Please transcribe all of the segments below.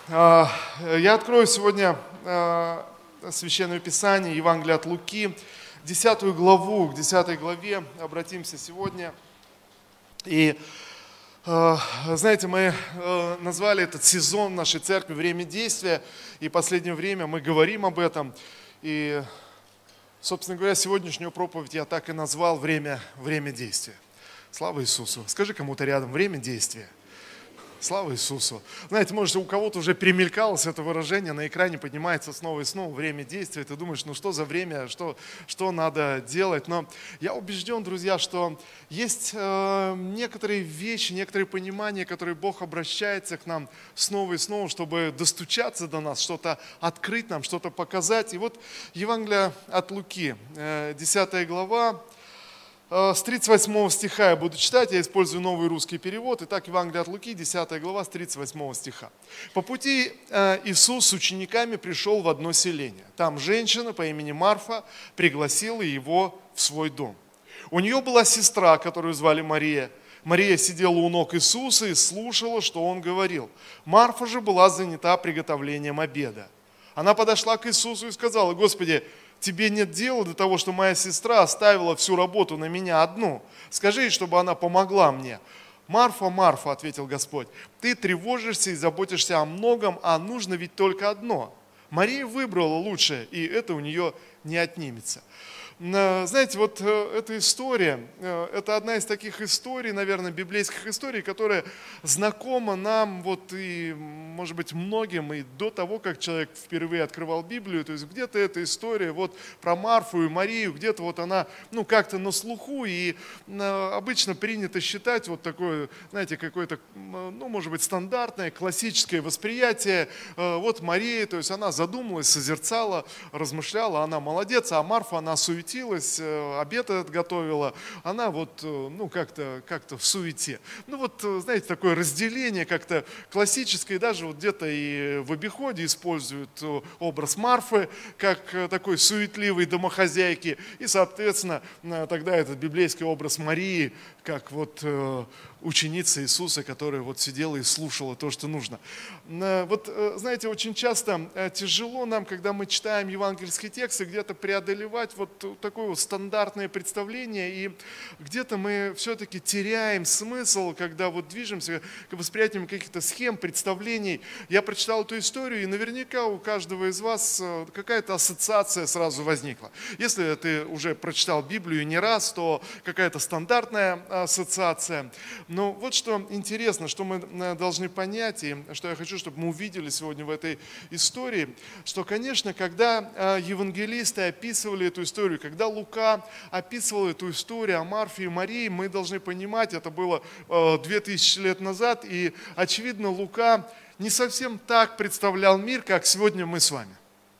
Я открою сегодня Священное Писание, Евангелие от Луки, 10 главу. К 10 главе обратимся сегодня. И знаете, мы назвали этот сезон нашей церкви «Время действия», и в последнее время мы говорим об этом. И, собственно говоря, сегодняшнюю проповедь я так и назвал «Время действия». Слава Иисусу! Скажи кому-то рядом «Время действия». Слава Иисусу! Знаете, может, у кого-то уже перемелькалось это выражение, на экране поднимается снова и снова время действия, ты думаешь, ну что за время, что надо делать? Но я убежден, друзья, что есть некоторые вещи, некоторые понимания, которые Бог обращается к нам снова и снова, чтобы достучаться до нас, что-то открыть нам, что-то показать. И вот Евангелие от Луки, 10 глава, с 38 стиха я буду читать, я использую новый русский перевод. Итак, Евангелие от Луки, 10 глава, с 38 стиха. «По пути Иисус с учениками пришел в одно селение. Там женщина по имени Марфа пригласила его в свой дом. У нее была сестра, которую звали Мария. Мария сидела у ног Иисуса и слушала, что он говорил. Марфа же была занята приготовлением обеда. Она подошла к Иисусу и сказала: Господи, тебе нет дела до того, что моя сестра оставила всю работу на меня одну. Скажи ей, чтобы она помогла мне. Марфа, Марфа, ответил Господь, ты тревожишься и заботишься о многом, а нужно ведь только одно. Мария выбрала лучшее, и это у нее не отнимется. Знаете, вот эта история, это одна из таких историй, наверное, библейских историй, которая знакома нам, вот и, может быть, многим и до того, как человек впервые открывал Библию. То есть где-то эта история вот про Марфу и Марию, где-то вот она, как-то на слуху, и обычно принято считать вот такое, знаете, какое-то, может быть, стандартное, классическое восприятие. Вот Мария, то есть она задумалась, созерцала, размышляла, она молодец, а Марфа, она суетилась, обед этот готовила, она вот, как-то в суете. Знаете, такое разделение как-то классическое, даже вот где-то и в обиходе используют образ Марфы, как такой суетливой домохозяйки, и, соответственно, тогда этот библейский образ Марии, как вот ученица Иисуса, которая вот сидела и слушала то, что нужно. Знаете, очень часто тяжело нам, когда мы читаем евангельские тексты, где-то преодолевать вот такое вот стандартное представление, и где-то мы все-таки теряем смысл, когда вот движемся к восприятию каких-то схем, представлений. Я прочитал эту историю, и наверняка у каждого из вас какая-то ассоциация сразу возникла. Если ты уже прочитал Библию не раз, то какая-то стандартная ассоциация. Но вот что интересно, что мы должны понять, и что я хочу, чтобы мы увидели сегодня в этой истории, что, конечно, когда евангелисты описывали эту историю, когда Лука описывал эту историю о Марфе и Марии, мы должны понимать, это было 2000 лет назад, и, очевидно, Лука не совсем так представлял мир, как сегодня мы с вами.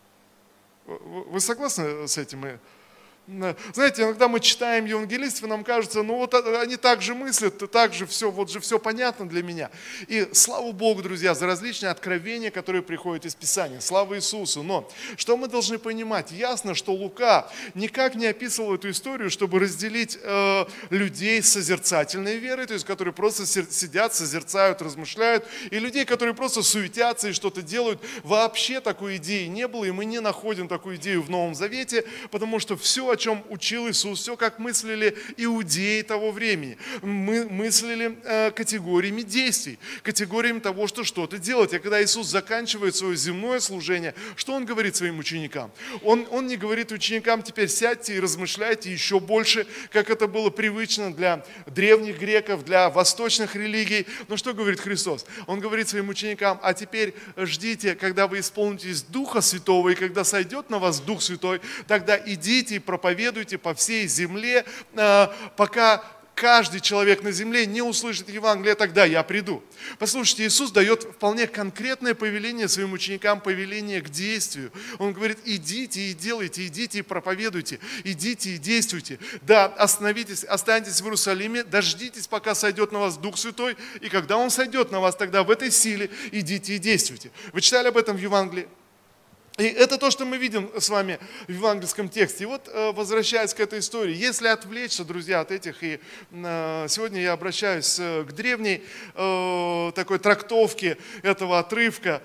Вы согласны с этим? Знаете, иногда мы читаем евангелистов, и нам кажется, они так же мыслят, так же все, вот же все понятно для меня. И слава Богу, друзья, за различные откровения, которые приходят из Писания. Слава Иисусу. Но что мы должны понимать? Ясно, что Лука никак не описывал эту историю, чтобы разделить людей с созерцательной верой, то есть которые просто сидят, созерцают, размышляют, и людей, которые просто суетятся и что-то делают. Вообще такой идеи не было, и мы не находим такую идею в Новом Завете, потому что все, о чем учил Иисус, все, как мыслили иудеи того времени. Мы мыслили категориями действий, категориями того, что что-то делать. А когда Иисус заканчивает свое земное служение, что Он говорит своим ученикам? Он не говорит ученикам: теперь сядьте и размышляйте еще больше, как это было привычно для древних греков, для восточных религий. Но что говорит Христос? Он говорит своим ученикам: а теперь ждите, когда вы исполнитесь Духа Святого, и когда сойдет на вас Дух Святой, тогда идите и проповедуйте по всей земле, пока каждый человек на земле не услышит Евангелие, тогда я приду. Послушайте, Иисус дает вполне конкретное повеление своим ученикам, повеление к действию. Он говорит: идите и делайте, идите и проповедуйте, идите и действуйте. Да, остановитесь, останьтесь в Иерусалиме, дождитесь, пока сойдет на вас Дух Святой, и когда Он сойдет на вас, тогда в этой силе идите и действуйте. Вы читали об этом в Евангелии? И это то, что мы видим с вами в евангельском тексте. И вот, возвращаясь к этой истории, если отвлечься, друзья, от этих, и сегодня я обращаюсь к древней такой трактовке этого отрывка,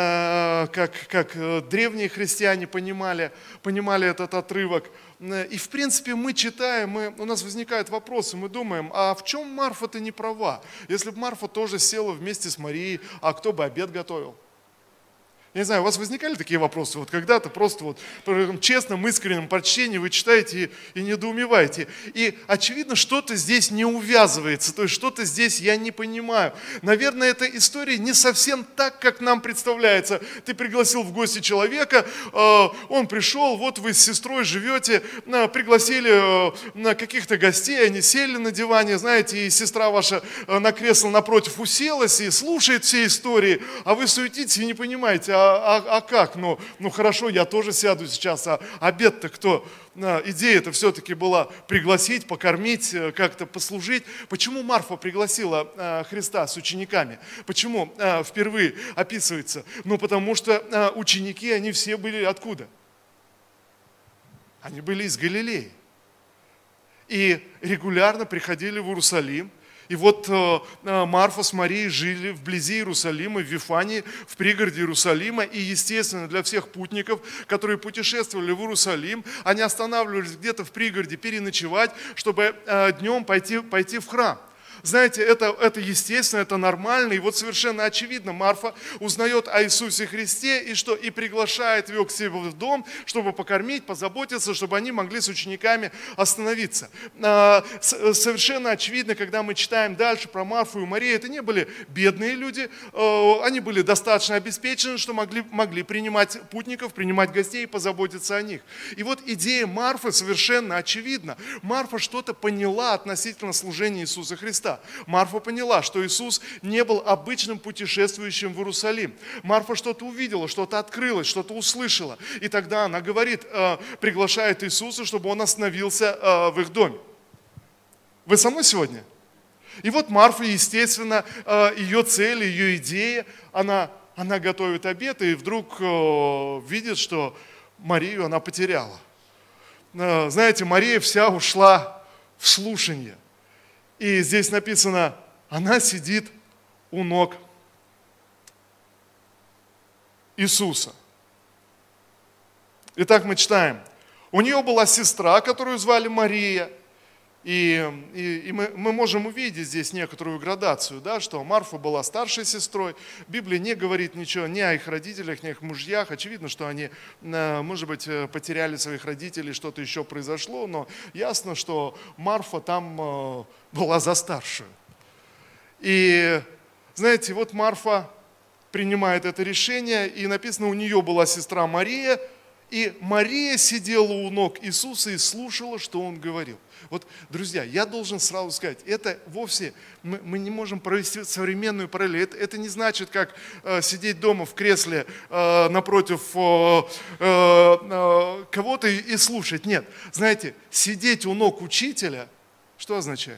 как древние христиане понимали этот отрывок. И, в принципе, мы читаем, у нас возникают вопросы, мы думаем, а в чем Марфа-то не права? Если бы Марфа тоже села вместе с Марией, а кто бы обед готовил? Я не знаю, у вас возникали такие вопросы? Вот когда-то просто вот в честном, искреннем прочтении вы читаете и недоумеваете. И очевидно, что-то здесь не увязывается, то есть что-то здесь я не понимаю. Наверное, эта история не совсем так, как нам представляется. Ты пригласил в гости человека, он пришел, вот вы с сестрой живете, пригласили каких-то гостей, они сели на диване, знаете, и сестра ваша на кресло напротив уселась и слушает все истории, а вы суетитесь и не понимаете, а как? Ну хорошо, я тоже сяду сейчас, а обед-то кто? Идея-то все-таки была пригласить, покормить, как-то послужить. Почему Марфа пригласила Христа с учениками? Почему впервые описывается? Ну потому что ученики, они все были откуда? Они были из Галилеи. И регулярно приходили в Иерусалим. И вот Марфа с Марией жили вблизи Иерусалима, в Вифании, в пригороде Иерусалима. И, естественно, для всех путников, которые путешествовали в Иерусалим, они останавливались где-то в пригороде переночевать, чтобы днем пойти в храм. Знаете, это естественно, это нормально. И вот совершенно очевидно, Марфа узнает о Иисусе Христе и приглашает его к себе в дом, чтобы покормить, позаботиться, чтобы они могли с учениками остановиться. Совершенно очевидно, когда мы читаем дальше про Марфу и Марию, это не были бедные люди, они были достаточно обеспечены, что могли принимать путников, принимать гостей и позаботиться о них. И вот идея Марфы совершенно очевидна. Марфа что-то поняла относительно служения Иисуса Христа. Марфа поняла, что Иисус не был обычным путешествующим в Иерусалим. Марфа что-то увидела, что-то открылось, что-то услышала. И тогда она говорит, приглашает Иисуса, чтобы он остановился в их доме. Вы со мной сегодня? И вот Марфа, естественно, ее цель, ее идея, она готовит обед и вдруг видит, что Марию она потеряла. Знаете, Мария вся ушла в слушание. И здесь написано, она сидит у ног Иисуса. Итак, мы читаем. У нее была сестра, которую звали Мария. И мы можем увидеть здесь некоторую градацию, да, что Марфа была старшей сестрой. Библия не говорит ничего ни о их родителях, ни о их мужьях. Очевидно, что они, может быть, потеряли своих родителей, что-то еще произошло, но ясно, что Марфа там была за старшую. И, знаете, вот Марфа принимает это решение, и написано, у нее была сестра Мария, и Мария сидела у ног Иисуса и слушала, что Он говорил. Вот, друзья, я должен сразу сказать, это вовсе, мы не можем провести современную параллель. Это не значит, как сидеть дома в кресле напротив кого-то и слушать. Нет, знаете, сидеть у ног учителя, что означает?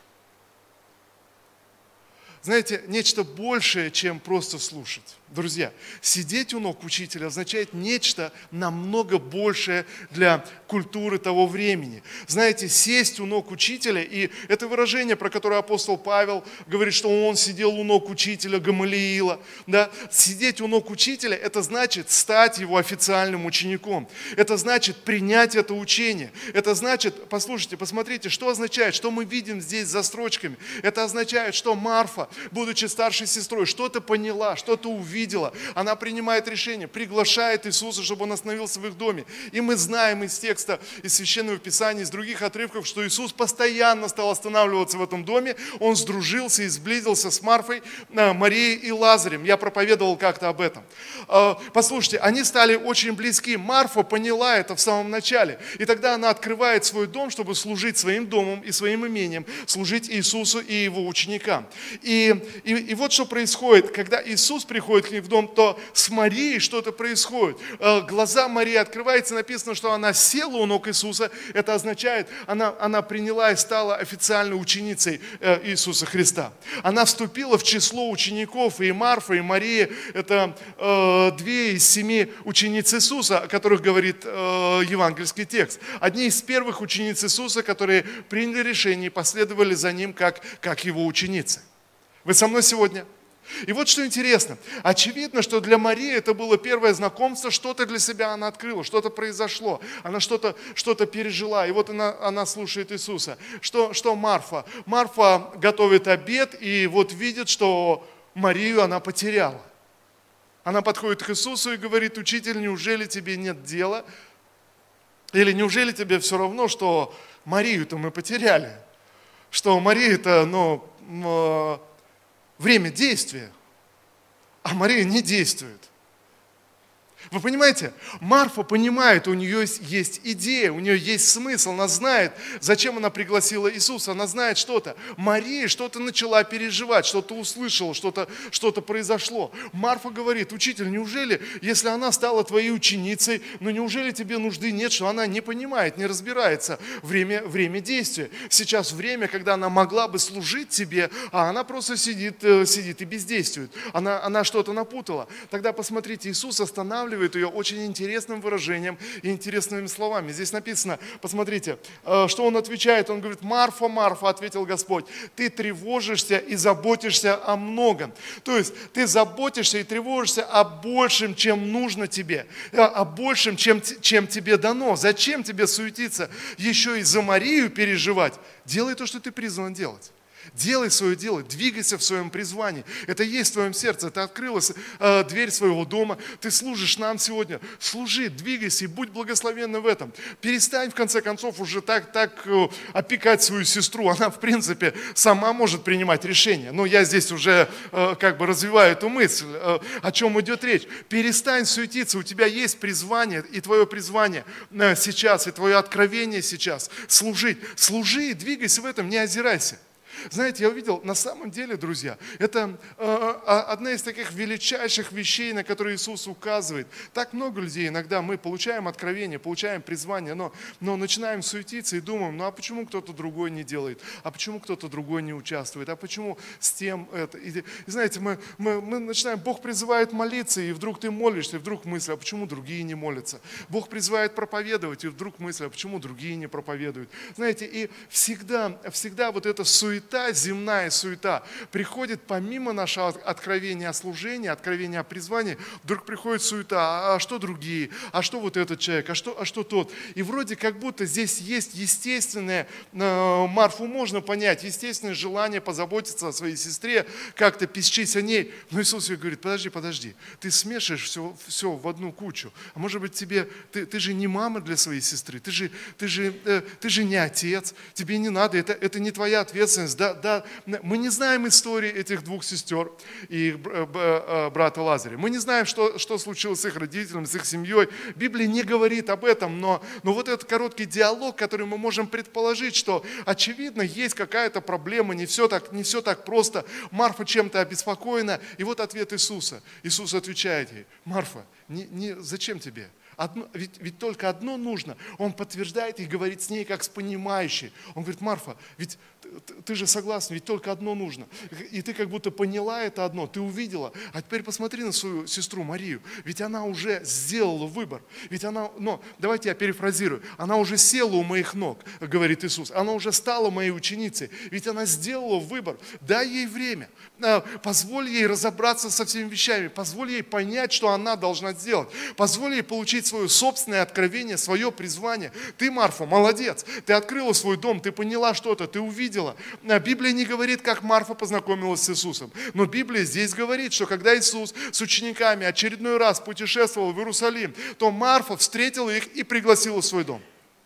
Знаете, нечто большее, чем просто слушать. Друзья, сидеть у ног учителя означает нечто намного большее для культуры того времени. Знаете, сесть у ног учителя, и это выражение, про которое апостол Павел говорит, что он сидел у ног учителя Гамалиила. Да? Сидеть у ног учителя, это значит стать его официальным учеником. Это значит принять это учение. Это значит, послушайте, посмотрите, что означает, что мы видим здесь за строчками. Это означает, что Марфа, будучи старшей сестрой, что-то поняла, что-то увидела. Она принимает решение, приглашает Иисуса, чтобы Он остановился в их доме. И мы знаем из текста, из Священного Писания, из других отрывков, что Иисус постоянно стал останавливаться в этом доме. Он сдружился и сблизился с Марфой, Марией и Лазарем. Я проповедовал как-то об этом. Послушайте, они стали очень близки. Марфа поняла это в самом начале. И тогда она открывает свой дом, чтобы служить своим домом и своим имением, служить Иисусу и Его ученикам. И вот что происходит, когда Иисус приходит к ней в дом, то с Марией что-то происходит. Глаза Марии открываются, написано, что она села у ног Иисуса. Это означает, она приняла и стала официальной ученицей Иисуса Христа. Она вступила в число учеников, и Марфа, и Мария – это 2 из 7 учениц Иисуса, о которых говорит евангельский текст. Одни из первых учениц Иисуса, которые приняли решение и последовали за Ним как Его ученицы. Вы со мной сегодня? И вот что интересно. Очевидно, что для Марии это было первое знакомство, что-то для себя она открыла, что-то произошло, она что-то пережила. И вот она слушает Иисуса. Что Марфа? Марфа готовит обед и вот видит, что Марию она потеряла. Она подходит к Иисусу и говорит: «Учитель, неужели тебе нет дела? Или неужели тебе все равно, что Марию-то мы потеряли? Что Мария-то, время действия, а Мария не действует». Вы понимаете, Марфа понимает, у нее есть идея, у нее есть смысл, она знает, зачем она пригласила Иисуса, она знает что-то. Мария что-то начала переживать, что-то услышала, что-то произошло. Марфа говорит: «Учитель, неужели, если она стала твоей ученицей, неужели тебе нужды нет?» Что она не понимает, не разбирается. Время действия. Сейчас время, когда она могла бы служить тебе, а она просто сидит и бездействует. Она что-то напутала. Тогда посмотрите, Иисус останавливает ее очень интересным выражением и интересными словами. Здесь написано, посмотрите, что он отвечает. Он говорит: «Марфа, Марфа, — ответил Господь, — ты тревожишься и заботишься о многом». То есть ты заботишься и тревожишься о большем, чем нужно тебе, о большем, чем тебе дано. Зачем тебе суетиться, еще и за Марию переживать? Делай то, что ты призван делать. Делай свое дело, двигайся в своем призвании. Это есть в твоем сердце. Ты открыла дверь своего дома, ты служишь нам сегодня. Служи, двигайся и будь благословенным в этом. Перестань, в конце концов, уже так опекать свою сестру. Она, в принципе, сама может принимать решения. Но я здесь уже развиваю эту мысль, о чем идет речь. Перестань суетиться, у тебя есть призвание, и твое призвание сейчас, и твое откровение сейчас. Служи и двигайся в этом, не озирайся. Знаете, я увидел, на самом деле, друзья, это одна из таких величайших вещей, на которые Иисус указывает. Так много людей иногда мы получаем откровение, получаем призвание, но начинаем суетиться и думаем: а почему кто-то другой не делает, а почему кто-то другой не участвует, а почему с тем это. И знаете, мы начинаем, Бог призывает молиться, и вдруг ты молишься, и вдруг мысль: а почему другие не молятся? Бог призывает проповедовать, и вдруг мысль: а почему другие не проповедуют? Знаете, и всегда вот эта суета, земная суета приходит помимо нашего откровения о служении, откровения о призвании, вдруг приходит суета: а что другие, а что вот этот человек, а что тот. И вроде как будто здесь есть естественное, Марфу можно понять, естественное желание позаботиться о своей сестре, как-то печься о ней. Но Иисус ей говорит: подожди, ты смешиваешь все в одну кучу. А может быть ты же не мама для своей сестры, ты же не отец, тебе не надо, это не твоя ответственность. Да, мы не знаем истории этих 2 сестер и их брата Лазаря. Мы не знаем, что случилось с их родителями, с их семьей. Библия не говорит об этом, но вот этот короткий диалог, который мы можем предположить, что, очевидно, есть какая-то проблема, не все так просто. Марфа чем-то обеспокоена, и вот ответ Иисуса. Иисус отвечает ей: «Марфа, зачем тебе? Ведь только одно нужно». Он подтверждает и говорит с ней как с понимающей. Он говорит: «Марфа, ведь ты же согласна, ведь только одно нужно». И ты как будто поняла это одно, ты увидела. А теперь посмотри на свою сестру Марию. Ведь она уже сделала выбор. Давайте я перефразирую. Она уже села у моих ног, говорит Иисус. Она уже стала моей ученицей. Ведь она сделала выбор. Дай ей время. Позволь ей разобраться со всеми вещами. Позволь ей понять, что она должна сделать. Позволь ей получить свое собственное откровение, свое призвание. Ты, Марфа, молодец. Ты открыла свой дом, ты поняла что-то, ты увидела. Библия не говорит, как Марфа познакомилась с Иисусом. Но Библия здесь говорит, что когда Иисус с учениками очередной раз путешествовал в Иерусалим, то Марфа встретила их и пригласила в свой дом.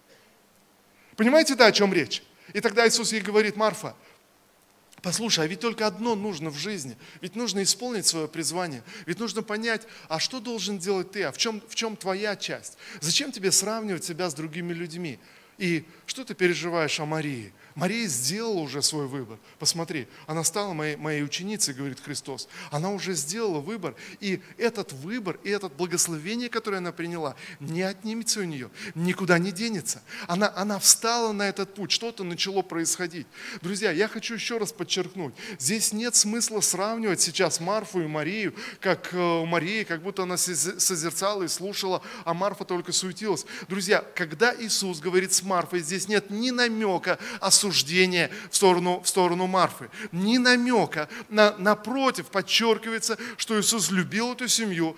Понимаете, о чем речь? И тогда Иисус ей говорит: «Марфа, послушай, а ведь только одно нужно в жизни. Ведь нужно исполнить свое призвание. Ведь нужно понять, а что должен делать ты, а в чем твоя часть? Зачем тебе сравнивать себя с другими людьми? И что ты переживаешь о Марии? Мария сделала уже свой выбор. Посмотри, она стала моей ученицей, говорит Христос. Она уже сделала выбор. И этот выбор, и это благословение, которое она приняла, не отнимется у нее, никуда не денется. Она встала на этот путь, что-то начало происходить. Друзья, я хочу еще раз подчеркнуть, здесь нет смысла сравнивать сейчас Марфу и Марию, как Мария, как будто она созерцала и слушала, а Марфа только суетилась. Друзья, когда Иисус говорит с Марфой, здесь нет ни намека осуждения в сторону Марфы, ни намека. Напротив, подчеркивается, что Иисус любил эту семью,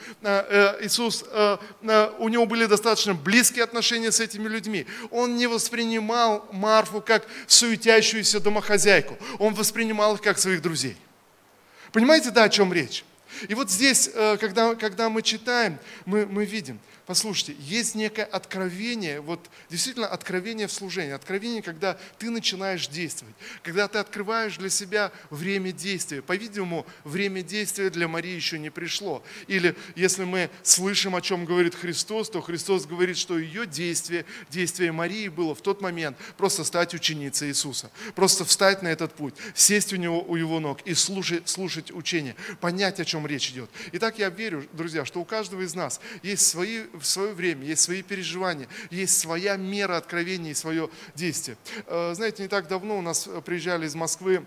у него были достаточно близкие отношения с этими людьми. Он не воспринимал Марфу как суетящуюся домохозяйку, он воспринимал их как своих друзей. Понимаете, да, о чем речь? И вот здесь, когда мы читаем, мы видим, послушайте, есть некое откровение, вот действительно откровение в служении, откровение, когда ты начинаешь действовать, когда ты открываешь для себя время действия. По-видимому, время действия для Марии еще не пришло. Или если мы слышим, о чем говорит Христос, то Христос говорит, что ее действие Марии было в тот момент просто стать ученицей Иисуса, просто встать на этот путь, сесть у его ног и слушать учение, понять, о чем речь идет. Итак, я верю, друзья, что у каждого из нас есть в свое время, есть свои переживания, есть своя мера откровения и свое действие. Знаете, не так давно у нас приезжали из Москвы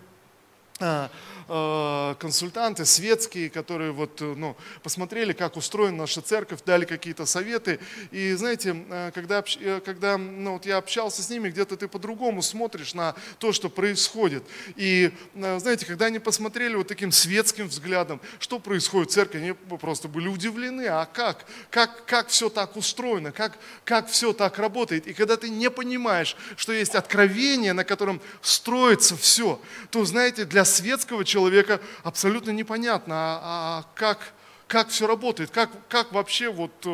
консультанты светские, которые посмотрели, как устроена наша церковь, дали какие-то советы. И знаете, когда я общался с ними, где-то ты по-другому смотришь на то, что происходит. И знаете, когда они посмотрели вот таким светским взглядом, что происходит в церкви, они просто были удивлены, а как все так устроено, как все так работает. И когда ты не понимаешь, что есть откровение, на котором строится все, то, знаете, для светского человека абсолютно непонятно, как все работает, как вообще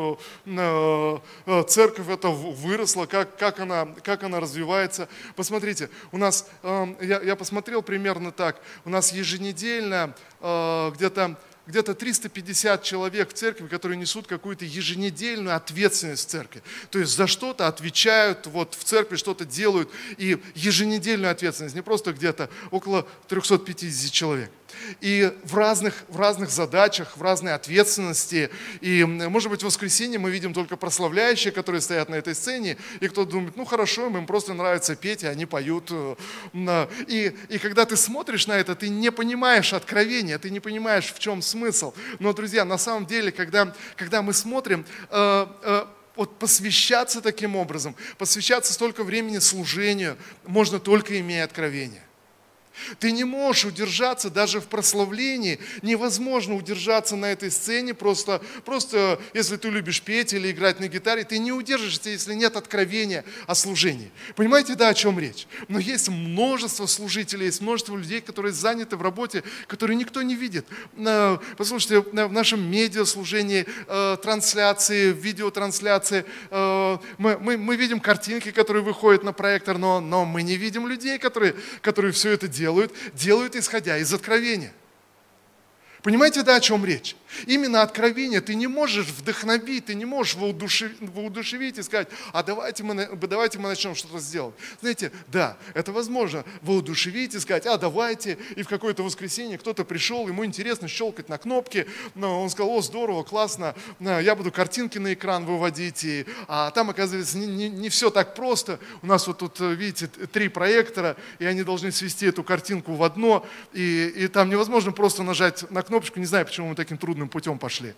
церковь эта выросла, как она развивается. Посмотрите, у нас, я посмотрел примерно так, у нас еженедельно где-то 350 человек в церкви, которые несут какую-то еженедельную ответственность в церкви. То есть за что-то отвечают, в церкви что-то делают, и еженедельную ответственность, не просто где-то около 350 человек. И в разных задачах, в разной ответственности. И, может быть, в воскресенье мы видим только прославляющие, которые стоят на этой сцене, и кто-то думает, хорошо, им просто нравится петь, и они поют. И когда ты смотришь на это, ты не понимаешь откровения, ты не понимаешь, в чем смысл. Но, друзья, на самом деле, когда мы смотрим, посвящаться таким образом, посвящаться столько времени служению, можно только имея откровение. Ты не можешь удержаться даже в прославлении, невозможно удержаться на этой сцене, просто если ты любишь петь или играть на гитаре, ты не удержишься, если нет откровения о служении. Понимаете, да, о чем речь? Но есть множество служителей, есть множество людей, которые заняты в работе, которые никто не видит. Послушайте, в нашем медиаслужении, трансляции, видеотрансляции, мы видим картинки, которые выходят на проектор, но мы не видим людей, которые все это делают исходя из откровения. Понимаете, да, о чем речь? Именно откровение ты не можешь вдохновить, ты не можешь воодушевить и сказать, давайте мы начнем что-то сделать. Знаете, да, это возможно воодушевить и сказать, давайте. И в какое-то воскресенье кто-то пришел, ему интересно щелкать на кнопки, но он сказал, здорово, классно, я буду картинки на экран выводить. А там, оказывается, не все так просто. У нас тут, видите, 3 проектора, и они должны свести эту картинку в одно, и там невозможно просто нажать на кнопочку, не знаю, почему мы таким трудным путем пошли.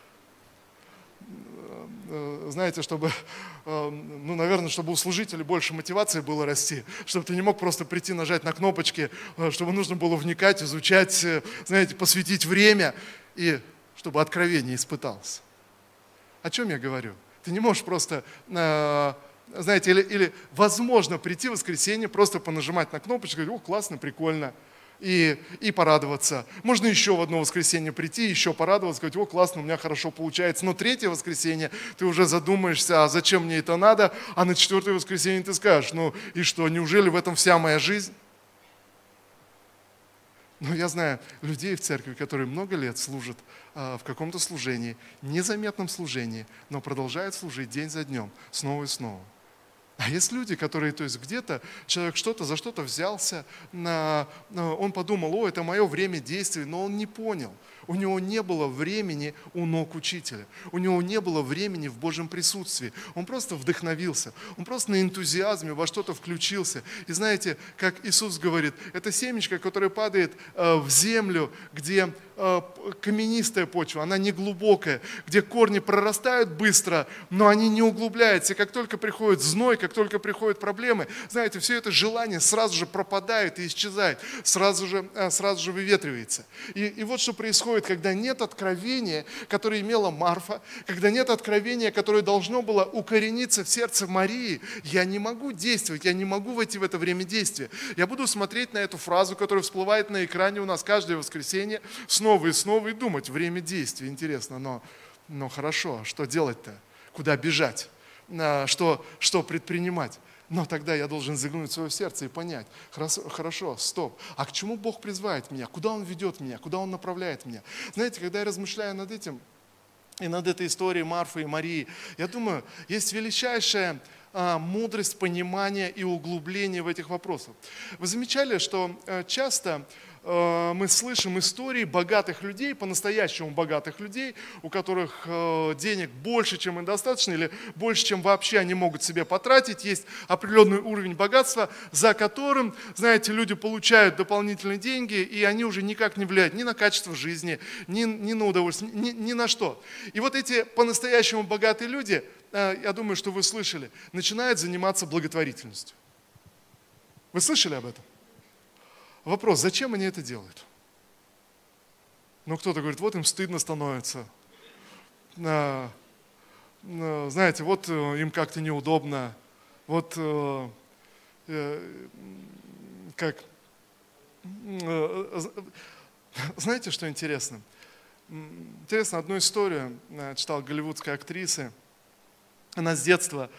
Знаете, наверное, чтобы у служителей больше мотивации было расти, чтобы ты не мог просто прийти, нажать на кнопочки, чтобы нужно было вникать, изучать, знаете, посвятить время, и чтобы откровение испыталось. О чем я говорю? Ты не можешь просто, знаете, или возможно прийти в воскресенье, просто понажимать на кнопочку, говорить, классно, прикольно. И порадоваться. Можно еще в одно воскресенье прийти, еще порадоваться, сказать, классно, у меня хорошо получается. Но 3-е воскресенье ты уже задумаешься, зачем мне это надо, а на 4-е воскресенье ты скажешь, и что, неужели в этом вся моя жизнь? Но я знаю людей в церкви, которые много лет служат в каком-то служении, незаметном служении, но продолжают служить день за днем, снова и снова. А есть люди, которые, то есть где-то человек за что-то взялся, он подумал, это мое время действий, но он не понял. У него не было времени у ног учителя. У него не было времени в Божьем присутствии. Он просто вдохновился. Он просто на энтузиазме во что-то включился. И знаете, как Иисус говорит, это семечко, которое падает в землю, где каменистая почва, она не глубокая, где корни прорастают быстро, но они не углубляются. И как только приходит зной, как только приходят проблемы, знаете, все это желание сразу же пропадает и исчезает, сразу же выветривается. И вот что происходит, когда нет откровения, которое имела Марфа, когда нет откровения, которое должно было укорениться в сердце Марии, я не могу действовать, я не могу войти в это время действия. Я буду смотреть на эту фразу, которая всплывает на экране у нас каждое воскресенье, снова и снова и думать, время действия, интересно, но хорошо, что делать-то? Куда бежать? Что предпринимать? Но тогда я должен заглянуть в свое сердце и понять, хорошо, стоп, а к чему Бог призывает меня? Куда Он ведет меня? Куда Он направляет меня? Знаете, когда я размышляю над этим, и над этой историей Марфы и Марии, я думаю, есть величайшая мудрость, понимания и углубления в этих вопросах. Вы замечали, что часто мы слышим истории богатых людей, по-настоящему богатых людей, у которых денег больше, чем им достаточно, или больше, чем вообще они могут себе потратить. Есть определенный уровень богатства, за которым, знаете, люди получают дополнительные деньги, и они уже никак не влияют ни на качество жизни, ни на удовольствие, ни на что. И вот эти по-настоящему богатые люди, я думаю, что вы слышали, начинают заниматься благотворительностью. Вы слышали об этом? Вопрос, зачем они это делают? Кто-то говорит, вот им стыдно становится. Знаете, вот им как-то неудобно. Вот знаете, что интересно? Интересно, одну историю читал голливудской актрисы. Она с детства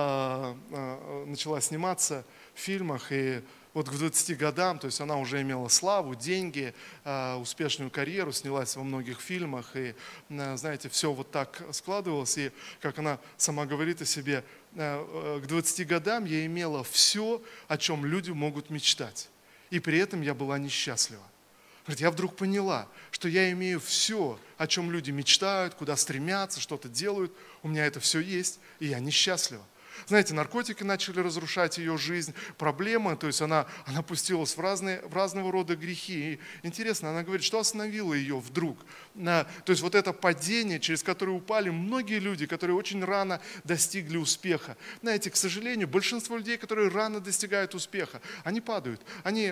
начала сниматься в фильмах, и вот к 20 годам, то есть она уже имела славу, деньги, успешную карьеру, снялась во многих фильмах, и, знаете, все вот так складывалось, и, как она сама говорит о себе, к 20 годам я имела все, о чем люди могут мечтать, и при этом я была несчастлива. Говорит, я вдруг поняла, что я имею все, о чем люди мечтают, куда стремятся, что-то делают, у меня это все есть, и я несчастлива. Знаете, наркотики начали разрушать ее жизнь, проблемы, то есть она пустилась в разного рода грехи. И интересно, она говорит, что остановило ее вдруг. То есть вот это падение, через которое упали многие люди, которые очень рано достигли успеха. Знаете, к сожалению, большинство людей, которые рано достигают успеха, они падают, они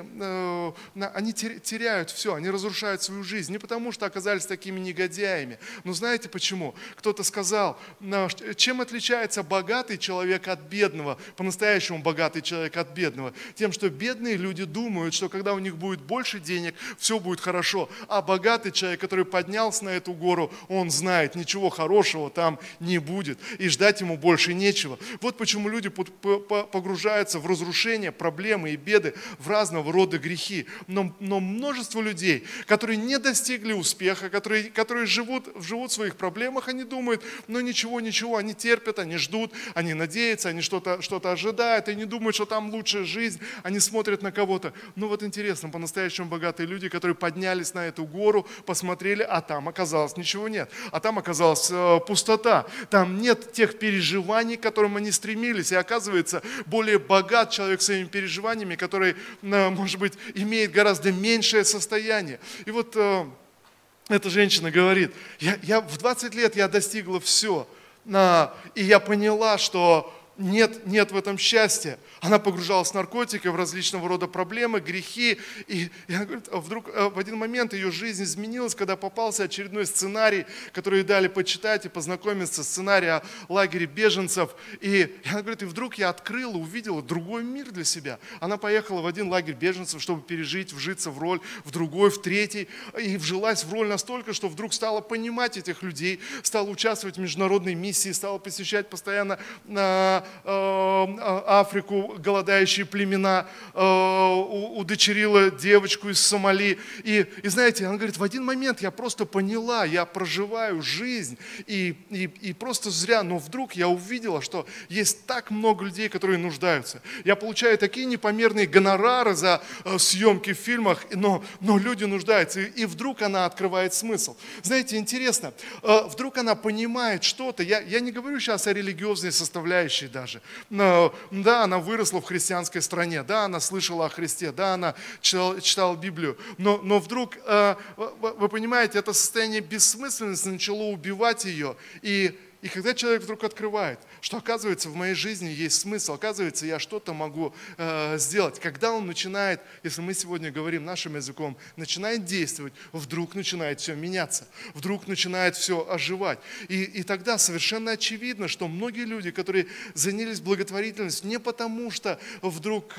теряют все, они разрушают свою жизнь. Не потому, что оказались такими негодяями. Но знаете почему? Кто-то сказал, чем отличается богатый человек от бедного, по-настоящему богатый человек от бедного? Тем, что бедные люди думают, что когда у них будет больше денег, все будет хорошо. А богатый человек, который поднялся на эту гору, он знает, ничего хорошего там не будет. И ждать ему больше нечего. Вот почему люди погружаются в разрушение, проблемы и беды, в разного рода грехи. Но множество людей, которые не достигли успеха, которые живут в своих проблемах, они думают, ничего, они терпят, они ждут, они надеются, они что-то ожидают, они думают, что там лучшая жизнь, они смотрят на кого-то. Вот интересно, по-настоящему богатые люди, которые поднялись на эту гору, посмотрели, а там оказалось ничего нет. А там оказалась пустота. Там нет тех переживаний, к которым они стремились. И оказывается, более богат человек своими переживаниями, который, может быть, имеет гораздо меньшее состояние. И вот эта женщина говорит, я в 20 лет я достигла все. И я поняла, что нет в этом счастья. Она погружалась в наркотики, в различного рода проблемы, грехи. И она говорит, вдруг в один момент ее жизнь изменилась, когда попался очередной сценарий, который ей дали почитать и познакомиться, сценарий о лагере беженцев. И она говорит, и вдруг я открыла, увидела другой мир для себя. Она поехала в один лагерь беженцев, чтобы пережить, вжиться в роль, в другой, в третий. И вжилась в роль настолько, что вдруг стала понимать этих людей, стала участвовать в международной миссии, стала посещать постоянно на Африку, голодающие племена, удочерила девочку из Сомали. И знаете, она говорит, в один момент я просто поняла, я проживаю жизнь, и просто зря, но вдруг я увидела, что есть так много людей, которые нуждаются. Я получаю такие непомерные гонорары за съемки в фильмах, но люди нуждаются. И вдруг она открывает смысл. Знаете, интересно, вдруг она понимает что-то. Я не говорю сейчас о религиозной составляющей даже. Да, она выросла в христианской стране, да, она слышала о Христе, да, она читала Библию. Но вдруг, вы понимаете, это состояние бессмысленности начало убивать ее. И когда человек вдруг открывает, что оказывается в моей жизни есть смысл, оказывается я что-то могу сделать. Когда он начинает, если мы сегодня говорим нашим языком, начинает действовать, вдруг начинает все меняться, вдруг начинает все оживать. И тогда совершенно очевидно, что многие люди, которые занялись благотворительностью не потому, что вдруг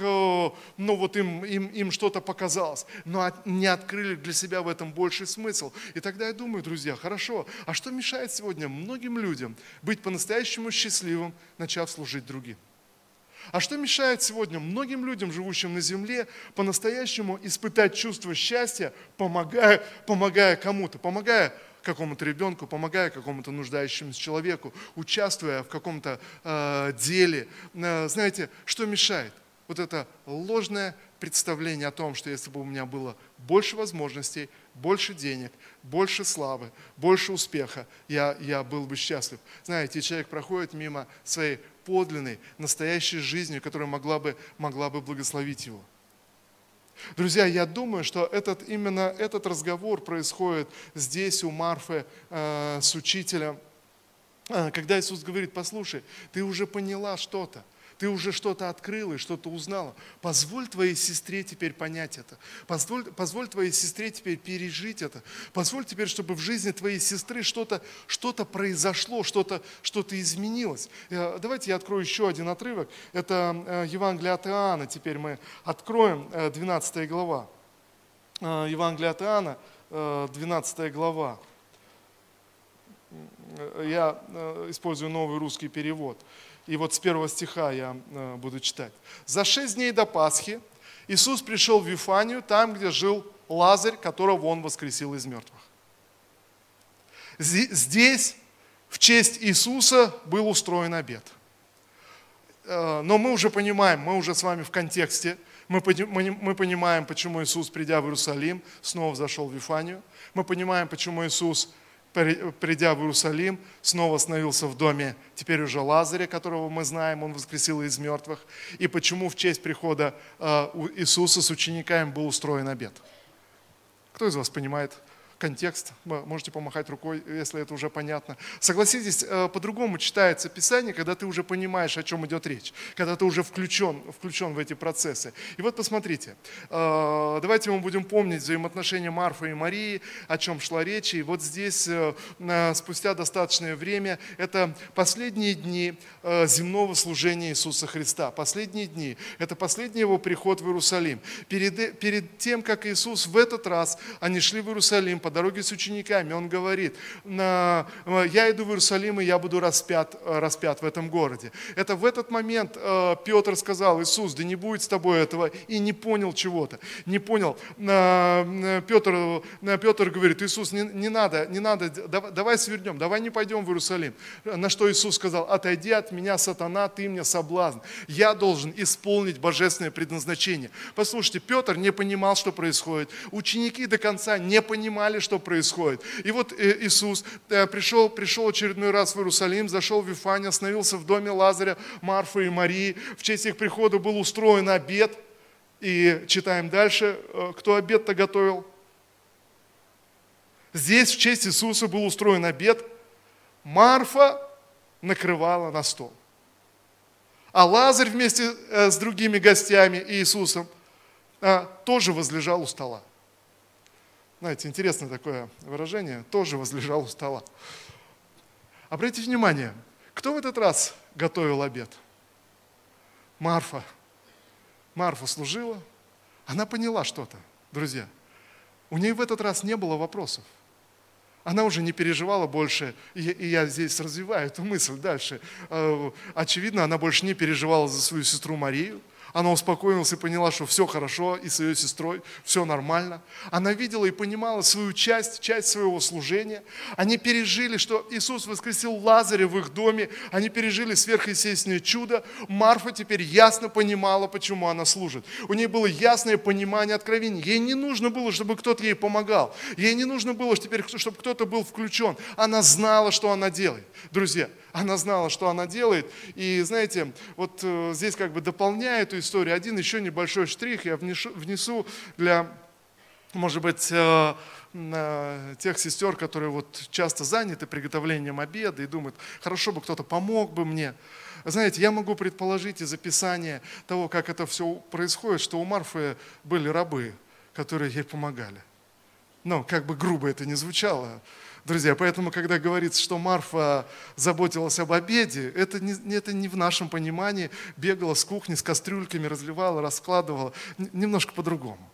им что-то показалось, но не открыли для себя в этом больший смысл. И тогда я думаю, друзья, хорошо, а что мешает сегодня многим людям быть по-настоящему счастливым, начав служить другим? А что мешает сегодня многим людям, живущим на земле, по-настоящему испытать чувство счастья, помогая кому-то, помогая какому-то ребенку, помогая какому-то нуждающемуся человеку, участвуя в каком-то деле? Знаете, что мешает? Вот это ложное представление о том, что если бы у меня было больше возможностей, больше денег, больше славы, больше успеха, я был бы счастлив. Знаете, человек проходит мимо своей подлинной, настоящей жизни, которая могла бы благословить его. Друзья, я думаю, что именно этот разговор происходит здесь у Марфы с учителем, когда Иисус говорит, послушай, ты уже поняла что-то. Ты уже что-то открыла и что-то узнала. Позволь твоей сестре теперь понять это. Позволь твоей сестре теперь пережить это. Позволь теперь, чтобы в жизни твоей сестры что-то произошло, что-то изменилось. Давайте я открою еще один отрывок. Это Евангелие от Иоанна. Теперь мы откроем 12 глава. Евангелие от Иоанна, 12 глава. Я использую новый русский перевод. И вот с 1 стиха я буду читать. «За 6 дней до Пасхи Иисус пришел в Вифанию, там, где жил Лазарь, которого Он воскресил из мертвых». Здесь в честь Иисуса был устроен обед. Но мы уже понимаем, мы уже с вами в контексте, мы понимаем, почему Иисус, придя в Иерусалим, снова зашел в Вифанию. Мы понимаем, почему Иисус, придя в Иерусалим, снова остановился в доме теперь уже Лазаря, которого мы знаем, он воскресил из мертвых, и почему в честь прихода Иисуса с учениками был устроен обед. Кто из вас понимает контекст? Можете помахать рукой, если это уже понятно. Согласитесь, по-другому читается Писание, когда ты уже понимаешь, о чем идет речь, когда ты уже включен в эти процессы. И вот посмотрите, давайте мы будем помнить взаимоотношения Марфы и Марии, о чем шла речь. И вот здесь, спустя достаточное время, это последние дни земного служения Иисуса Христа. Последние дни. Это последний его приход в Иерусалим. Перед тем, как Иисус в этот раз, они шли в Иерусалим по дороге с учениками, Он говорит, я иду в Иерусалим, и я буду распят в этом городе. Это в этот момент Петр сказал, Иисус, да не будет с тобой этого, и не понял чего-то, не понял. Петр говорит, Иисус, не надо, давай свернем, давай не пойдем в Иерусалим. На что Иисус сказал, отойди от меня, сатана, ты мне соблазн. Я должен исполнить божественное предназначение. Послушайте, Петр не понимал, что происходит. Ученики до конца не понимали, что происходит. И вот Иисус пришел очередной раз в Иерусалим, зашел в Вифанию, остановился в доме Лазаря, Марфы и Марии. В честь их прихода был устроен обед. И читаем дальше, кто обед-то готовил. Здесь в честь Иисуса был устроен обед. Марфа накрывала на стол. А Лазарь вместе с другими гостями и Иисусом тоже возлежал у стола. Знаете, интересное такое выражение, тоже возлежал у стола. Обратите внимание, кто в этот раз готовил обед? Марфа. Марфа служила, она поняла что-то, друзья. У нее в этот раз не было вопросов. Она уже не переживала больше, и я здесь развиваю эту мысль дальше. Очевидно, она больше не переживала за свою сестру Марию. Она успокоилась и поняла, что все хорошо, и с ее сестрой все нормально. Она видела и понимала свою часть своего служения. Они пережили, что Иисус воскресил Лазаря в их доме. Они пережили сверхъестественное чудо. Марфа теперь ясно понимала, почему она служит. У нее было ясное понимание откровения. Ей не нужно было, чтобы кто-то ей помогал. Ей не нужно было теперь, чтобы кто-то был включен. Она знала, что она делает. Друзья, она знала, что она делает. И знаете, вот здесь как бы дополняя эту историю, один еще небольшой штрих я внесу для, может быть, тех сестер, которые вот часто заняты приготовлением обеда и думают, хорошо бы кто-то помог бы мне. Знаете, я могу предположить из описания того, как это все происходит, что у Марфы были рабы, которые ей помогали. Ну, как бы грубо это ни звучало, друзья, поэтому, когда говорится, что Марфа заботилась об обеде, это не в нашем понимании, бегала с кухни с кастрюльками, разливала, раскладывала, немножко по-другому.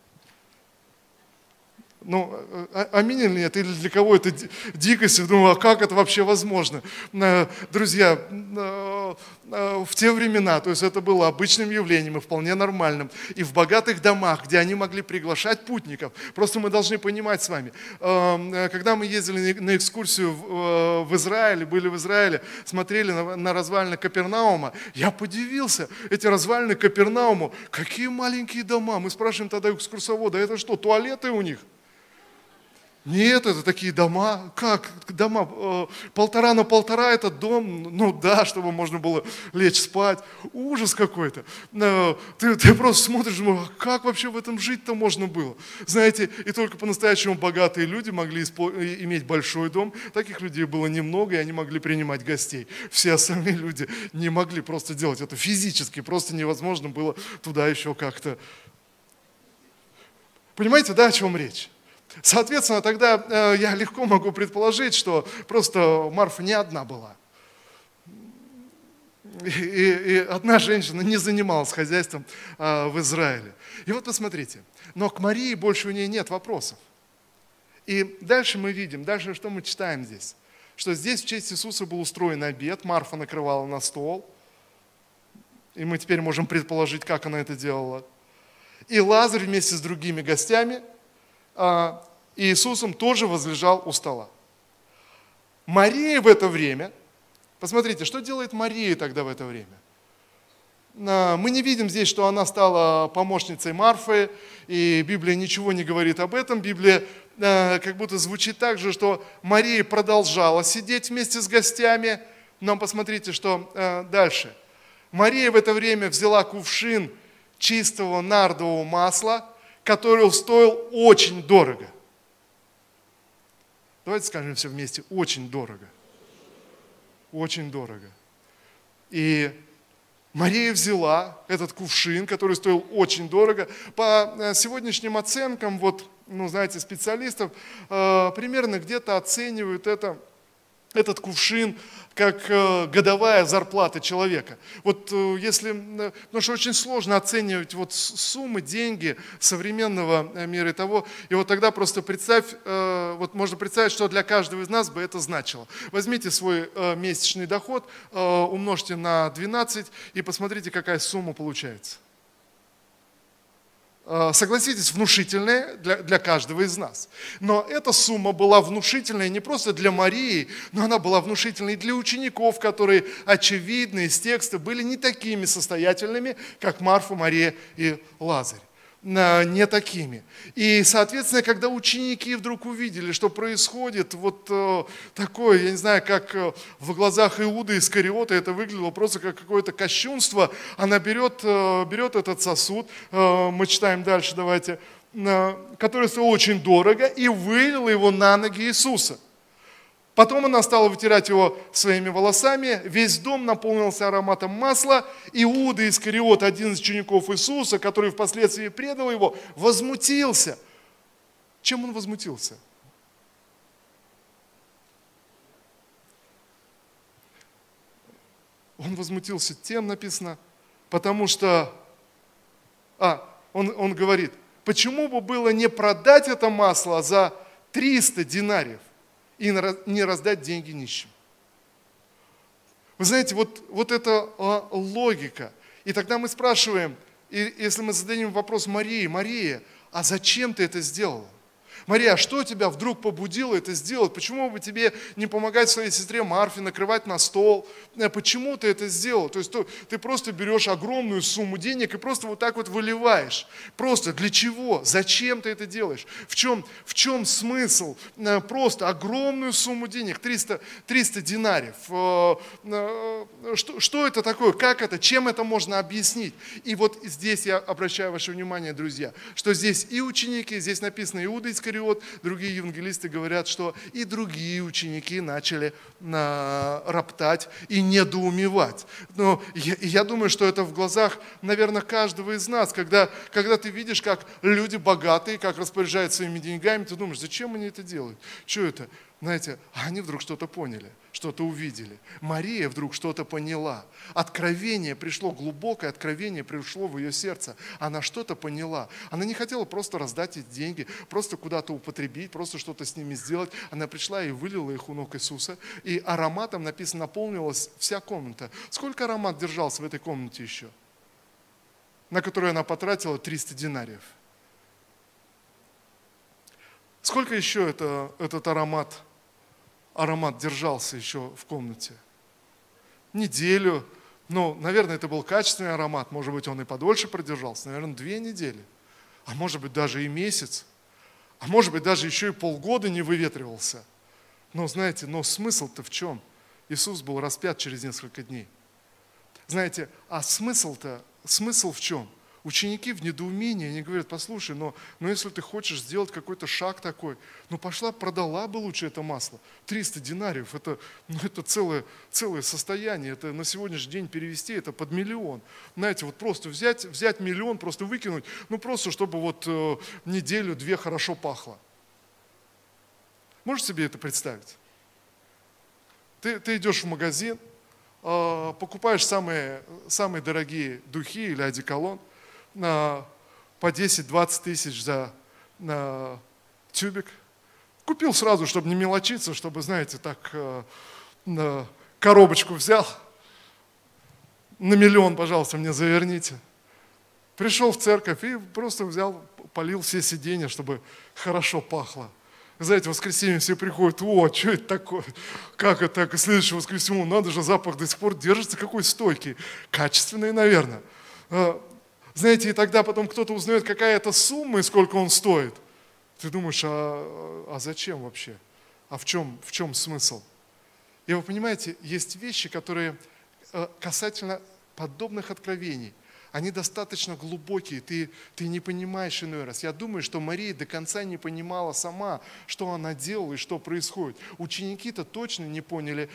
Ну, аминь или нет? Или для кого это дикость? Думаю, а как это вообще возможно? Друзья, в те времена, то есть это было обычным явлением и вполне нормальным. И в богатых домах, где они могли приглашать путников. Просто мы должны понимать с вами, когда мы ездили на экскурсию в Израиле, были в Израиле, смотрели на развалины Капернаума, я подивился, эти развалины Капернаума, какие маленькие дома. Мы спрашиваем тогда экскурсовода, это что, туалеты у них? Нет, это такие дома. Как дома? 1,5 на 1,5 это дом? Ну да, чтобы можно было лечь спать. Ужас какой-то. Ты просто смотришь, думаешь, как вообще в этом жить-то можно было? Знаете, и только по-настоящему богатые люди могли иметь большой дом. Таких людей было немного, и они могли принимать гостей. Все остальные люди не могли просто делать это физически. Просто невозможно было туда еще как-то. Понимаете, да, о чем речь? Соответственно, тогда я легко могу предположить, что просто Марфа не одна была. И одна женщина не занималась хозяйством в Израиле. И вот посмотрите, но к Марии больше у нее нет вопросов. И дальше мы видим, дальше что мы читаем здесь? Что здесь в честь Иисуса был устроен обед, Марфа накрывала на стол. И мы теперь можем предположить, как она это делала. И Лазарь вместе с другими гостями и Иисусом тоже возлежал у стола. Мария в это время, посмотрите, что делает Мария тогда в это время? Мы не видим здесь, что она стала помощницей Марфы, и Библия ничего не говорит об этом. Библия как будто звучит так же, что Мария продолжала сидеть вместе с гостями. Но посмотрите, что дальше. Мария в это время взяла кувшин чистого нардового масла, который стоил очень дорого. Давайте скажем все вместе, очень дорого. Очень дорого. И Мария взяла этот кувшин, который стоил очень дорого. По сегодняшним оценкам, знаете, специалистов, примерно где-то оценивают этот кувшин как годовая зарплата человека. Потому что очень сложно оценивать суммы, деньги современного мира и того. И вот тогда просто можно представить, что для каждого из нас бы это значило. Возьмите свой месячный доход, умножьте на 12 и посмотрите, какая сумма получается. Согласитесь, внушительная для каждого из нас. Но эта сумма была внушительная не просто для Марии, но она была внушительной для учеников, которые, очевидно, из текста были не такими состоятельными, как Марфа, Мария и Лазарь. Не такими. И, соответственно, когда ученики вдруг увидели, что происходит такое, я не знаю, как в глазах Иуды Искариота, это выглядело просто как какое-то кощунство, она берет этот сосуд, мы читаем дальше, давайте, который стоил очень дорого, и вылила его на ноги Иисуса. Потом она стала вытирать его своими волосами, весь дом наполнился ароматом масла. Иуда Искариот, один из учеников Иисуса, который впоследствии предал его, возмутился. Чем он возмутился? Он возмутился тем, написано, потому что, он говорит, почему бы было не продать это масло за 300 динариев и не раздать деньги нищим. Вы знаете, вот это логика. И тогда мы спрашиваем, и если мы зададим вопрос Марии: Мария, а зачем ты это сделала? Мария, а что тебя вдруг побудило это сделать? Почему бы тебе не помогать своей сестре Марфе, накрывать на стол? Почему ты это сделал? То есть ты просто берешь огромную сумму денег и просто вот так вот выливаешь. Просто для чего? Зачем ты это делаешь? В чем смысл? Просто огромную сумму денег, 300 динариев. Что это такое? Как это? Чем это можно объяснить? И вот здесь я обращаю ваше внимание, друзья, что здесь и ученики, здесь написано Иуда Искариот, другие евангелисты говорят, что и другие ученики начали роптать и недоумевать. Но я думаю, что это в глазах, наверное, каждого из нас, когда ты видишь, как люди богатые, как распоряжаются своими деньгами, ты думаешь, зачем они это делают? Что это? Знаете, они вдруг что-то поняли, что-то увидели. Мария вдруг что-то поняла. Откровение пришло, глубокое откровение пришло в ее сердце. Она что-то поняла. Она не хотела просто раздать эти деньги, просто куда-то употребить, просто что-то с ними сделать. Она пришла и вылила их у ног Иисуса. И ароматом, написано, наполнилась вся комната. Сколько аромат держался в этой комнате еще? На которую она потратила 300 динариев. Сколько еще этот аромат держался еще в комнате? Неделю. Ну, наверное, это был качественный аромат. Может быть, он и подольше продержался. Наверное, 2 недели. А может быть, даже и месяц. А может быть, даже еще и полгода не выветривался. Но, знаете, смысл-то в чем? Иисус был распят через несколько дней. Знаете, а смысл в чем? Ученики в недоумении, они говорят: послушай, но если ты хочешь сделать какой-то шаг такой, пошла, продала бы лучше это масло. 300 динариев, это целое состояние, это на сегодняшний день перевести, это под 1 миллион. Знаете, вот просто взять 1 миллион, просто выкинуть, просто чтобы вот неделю-2 хорошо пахло. Можете себе это представить? Ты идешь в магазин, покупаешь самые дорогие духи или одеколон, по 10-20 тысяч за тюбик. Купил сразу, чтобы не мелочиться, чтобы, знаете, так коробочку взял. На 1 миллион, пожалуйста, мне заверните. Пришел в церковь и просто взял, полил все сиденья, чтобы хорошо пахло. Знаете, в воскресенье все приходят: что это такое? Как это так? И следующее воскресенье, надо же, запах до сих пор держится, какой стойкий. Качественный, наверное. Знаете, и тогда потом кто-то узнает, какая это сумма и сколько он стоит. Ты думаешь, а зачем вообще? А в чем смысл? И вы понимаете, есть вещи, которые касательно подобных откровений, они достаточно глубокие, ты не понимаешь иной раз. Я думаю, что Мария до конца не понимала сама, что она делала и что происходит. Ученики-то точно не поняли,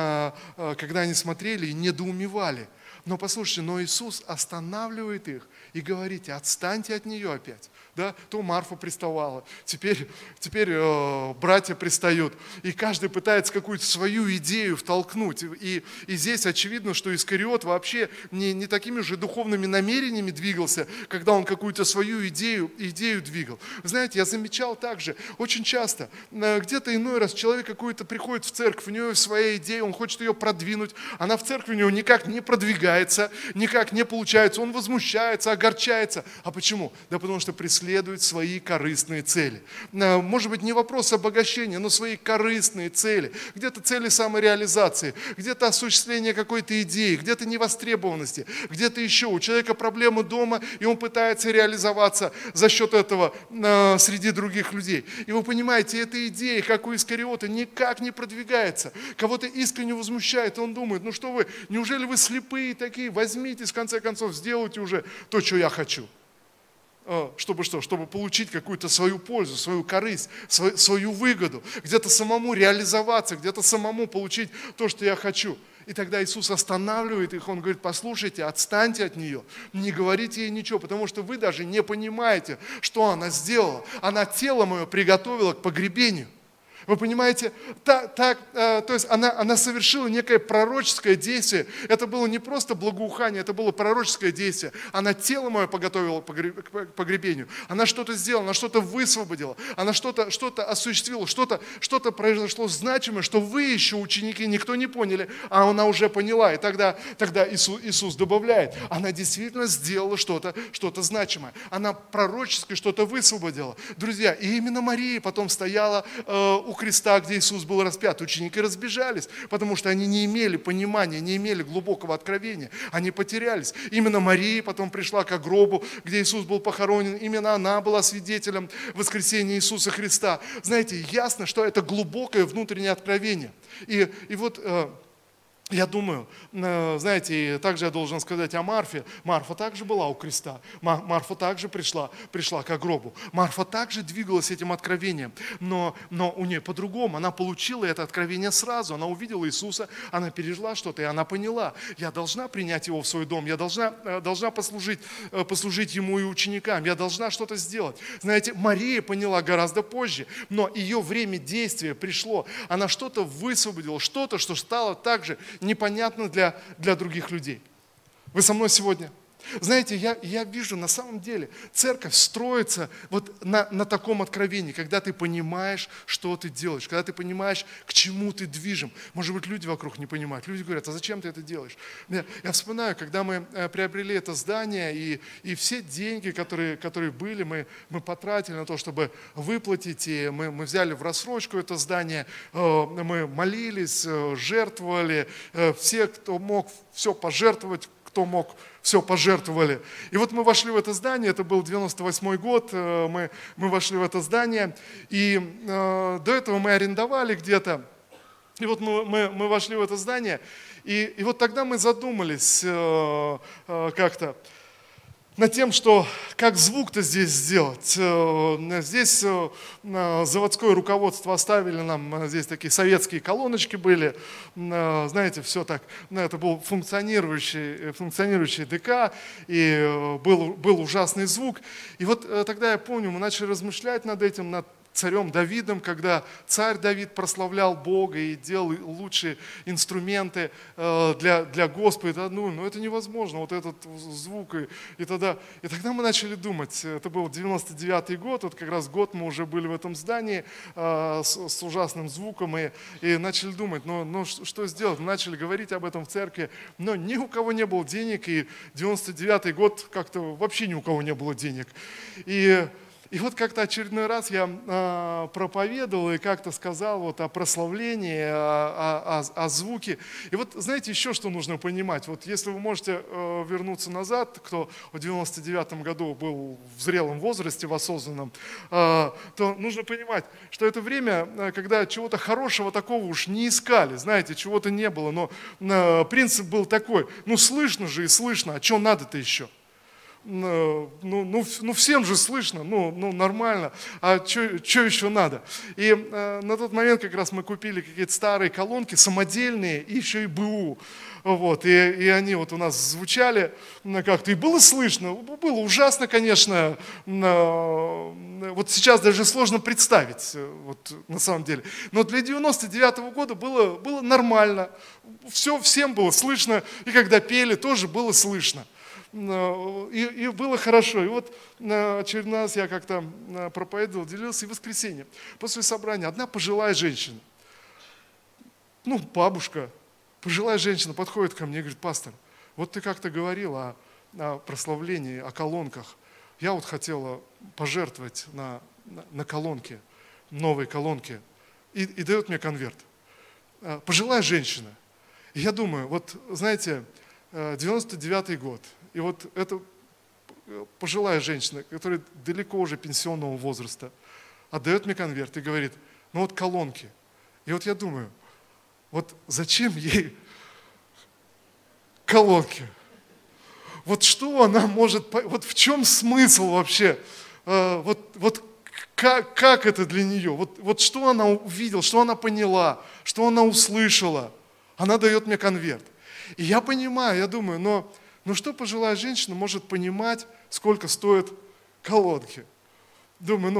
когда они смотрели и недоумевали. Но послушайте, Иисус останавливает их и говорит: отстаньте от нее опять. Да? То Марфа приставала, теперь братья пристают, и каждый пытается какую-то свою идею втолкнуть. И здесь очевидно, что Искариот вообще не такими же духовными намерениями двигался, когда он какую-то свою идею двигал. Вы знаете, я замечал также, очень часто, где-то иной раз человек какой-то приходит в церковь, у него своя идея, он хочет ее продвинуть, она в церкви у него никак не продвигается, никак не получается, он возмущается, огорчается. А почему? Да потому что преследует свои корыстные цели. Может быть, не вопрос обогащения, но свои корыстные цели. Где-то цели самореализации, где-то осуществление какой-то идеи, где-то невостребованности, где-то еще. У человека проблемы дома, и он пытается реализоваться за счет этого среди других людей. И вы понимаете, эта идея, как у Искариота, никак не продвигается. Кого-то искренне возмущает, и он думает: что вы, неужели вы слепые такие? Возьмите, в конце концов, сделайте уже то, что я хочу. Чтобы что? Чтобы получить какую-то свою пользу, свою корысть, свою выгоду, где-то самому реализоваться, где-то самому получить то, что я хочу. И тогда Иисус останавливает их, Он говорит: послушайте, отстаньте от нее, не говорите ей ничего, потому что вы даже не понимаете, что она сделала. Она тело мое приготовила к погребению. Вы понимаете, то есть она совершила некое пророческое действие. Это было не просто благоухание, это было пророческое действие. Она тело мое подготовила к погребению. Она что-то сделала, она что-то высвободила, она что-то осуществила, что-то произошло значимое, что вы еще, ученики, никто не поняли, а она уже поняла. И тогда Иисус добавляет, она действительно сделала что-то значимое. Она пророчески что-то высвободила. Друзья, и именно Мария потом стояла у креста, где Иисус был распят. Ученики разбежались, потому что они не имели понимания, не имели глубокого откровения. Они потерялись. Именно Мария потом пришла к гробу, где Иисус был похоронен. Именно она была свидетелем воскресения Иисуса Христа. Знаете, ясно, что это глубокое внутреннее откровение. И вот... Я думаю, знаете, также я должен сказать о Марфе. Марфа также была у креста. Марфа также пришла к гробу. Марфа также двигалась этим откровением. Но у нее по-другому. Она получила это откровение сразу. Она увидела Иисуса, она пережила что-то, и она поняла. Я должна принять его в свой дом. Я должна послужить ему и ученикам. Я должна что-то сделать. Знаете, Мария поняла гораздо позже. Но ее время действия пришло. Она что-то высвободила, что стало также непонятно для других людей. Вы со мной сегодня? Знаете, я вижу, на самом деле, церковь строится вот на таком откровении, когда ты понимаешь, что ты делаешь, когда ты понимаешь, к чему ты движим. Может быть, люди вокруг не понимают. Люди говорят, а зачем ты это делаешь? Я вспоминаю, когда мы приобрели это здание, и все деньги, которые были, мы потратили на то, чтобы выплатить, и мы взяли в рассрочку это здание, мы молились, жертвовали, все, кто мог все пожертвовать, кто мог, все пожертвовали. И вот мы вошли в это здание, это был 98-й год, мы вошли в это здание, и до этого мы арендовали где-то. И вот мы вошли в это здание, и вот тогда мы задумались как-то над тем, что как звук-то здесь сделать. Здесь заводское руководство оставили нам, здесь такие советские колоночки были, знаете, все так, это был функционирующий ДК, и был ужасный звук. И вот тогда я помню, мы начали размышлять над этим, над царем Давидом, когда царь Давид прославлял Бога и делал лучшие инструменты для Господа. Ну, это невозможно, вот этот звук. И тогда мы начали думать, это был 99-й год, вот как раз год мы уже были в этом здании с ужасным звуком, и начали думать, ну что сделать? Мы начали говорить об этом в церкви, но ни у кого не было денег, и 99-й год как-то вообще ни у кого не было денег. И вот как-то очередной раз я проповедовал и как-то сказал вот о прославлении, о звуке. И вот знаете, еще что нужно понимать. Вот если вы можете вернуться назад, кто в 99-м году был в зрелом возрасте, в осознанном, то нужно понимать, что это время, когда чего-то хорошего такого уж не искали, знаете, чего-то не было. Но принцип был такой, ну слышно же и слышно, а что надо-то еще? Ну, всем же слышно, нормально, а что еще надо? И на тот момент как раз мы купили какие-то старые колонки, самодельные, и еще и БУ. Вот, и они вот у нас звучали как-то, и было слышно, было ужасно, конечно, вот сейчас даже сложно представить, вот на самом деле. Но для 99-го года было нормально, всем было слышно, и когда пели, тоже было слышно. И было хорошо. И вот очередной раз я как-то проповедовал, делился, и в воскресенье после собрания одна пожилая женщина, бабушка, пожилая женщина подходит ко мне и говорит, пастор, вот ты как-то говорил о прославлении, о колонках. Я вот хотела пожертвовать на колонки, новые колонки, и дает мне конверт. Пожилая женщина. И я думаю, вот знаете, 99-й год, и вот эта пожилая женщина, которая далеко уже пенсионного возраста, отдает мне конверт и говорит, вот колонки. И вот я думаю, вот зачем ей колонки? Вот что она может, вот в чем смысл вообще? Вот как это для нее? Вот что она увидела, что она поняла, что она услышала? Она дает мне конверт. И я понимаю, я думаю, но что пожилая женщина может понимать, сколько стоят колонки? Думаю,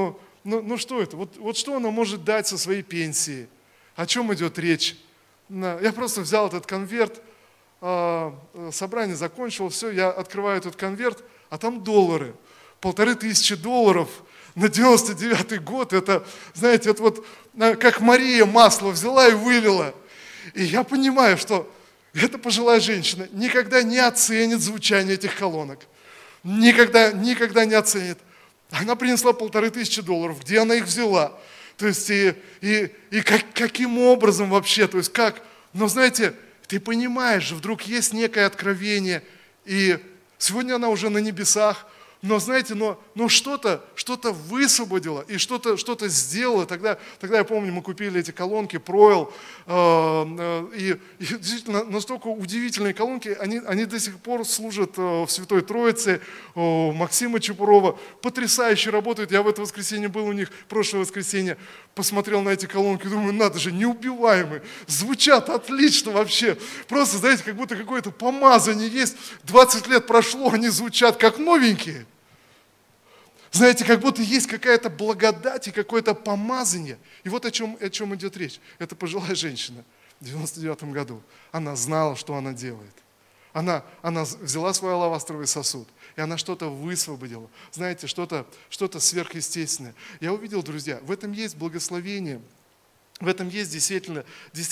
ну что это? Вот что она может дать со своей пенсии? О чем идет речь? Я просто взял этот конверт, собрание закончил, все, я открываю этот конверт, а там доллары. $1500 на 99-й год. Это, знаете, это вот как Мария масло взяла и вылила. И я понимаю, что эта пожилая женщина никогда не оценит звучание этих колонок. Никогда не оценит. Она принесла $1500, где она их взяла? То есть, каким образом вообще, то есть как? Но знаете, ты понимаешь, вдруг есть некое откровение, и сегодня она уже на небесах, но знаете, но что-то высвободило и что-то сделало. Тогда я помню, мы купили эти колонки Пройл, и действительно настолько удивительные колонки, они до сих пор служат в Святой Троице, у Максима Чепурова, потрясающе работают. Я в это воскресенье был у них, прошлое воскресенье, посмотрел на эти колонки, думаю, надо же, неубиваемые, звучат отлично вообще. Просто, знаете, как будто какое-то помазание есть, 20 лет прошло, они звучат как новенькие. Знаете, как будто есть какая-то благодать и какое-то помазание. И вот о чем идет речь. Это пожилая женщина в 99-м году. Она знала, что она делает. Она взяла свой алавастровый сосуд, и она что-то высвободила. Знаете, что-то сверхъестественное. Я увидел, друзья, в этом есть благословение, в этом есть действительно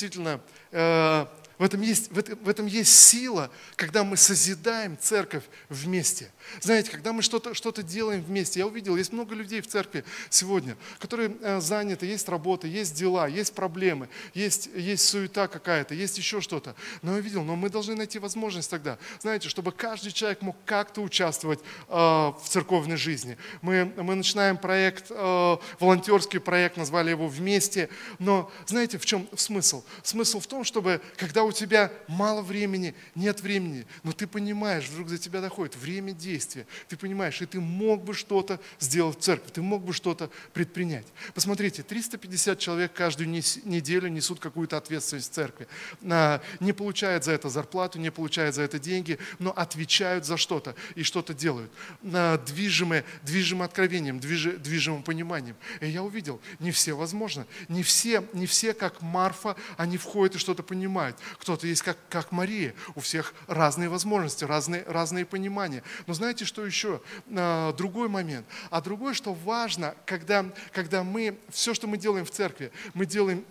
в этом есть сила, когда мы созидаем церковь вместе. Знаете, когда мы что-то делаем вместе. Я увидел, есть много людей в церкви сегодня, которые заняты, есть работа, есть дела, есть проблемы, есть суета какая-то, есть еще что-то. Но я видел, но мы должны найти возможность тогда, знаете, чтобы каждый человек мог как-то участвовать в церковной жизни. Мы начинаем проект, волонтерский проект, назвали его «Вместе». Но знаете, в чем смысл? Смысл в том, чтобы, когда у тебя мало времени, нет времени, но ты понимаешь, вдруг за тебя доходит время действия, ты понимаешь, и ты мог бы что-то сделать в церкви, ты мог бы что-то предпринять. Посмотрите, 350 человек каждую неделю несут какую-то ответственность в церкви, не получают за это зарплату, не получают за это деньги, но отвечают за что-то и что-то делают, движимые откровением, движимым пониманием. И я увидел, не все возможно, не все как Марфа, они входят и что-то понимают. Кто-то есть как Мария, у всех разные возможности, разные понимания. Но знаете, что еще? Другой момент. А другое, что важно, когда мы, все, что мы делаем в церкви, мы делаем,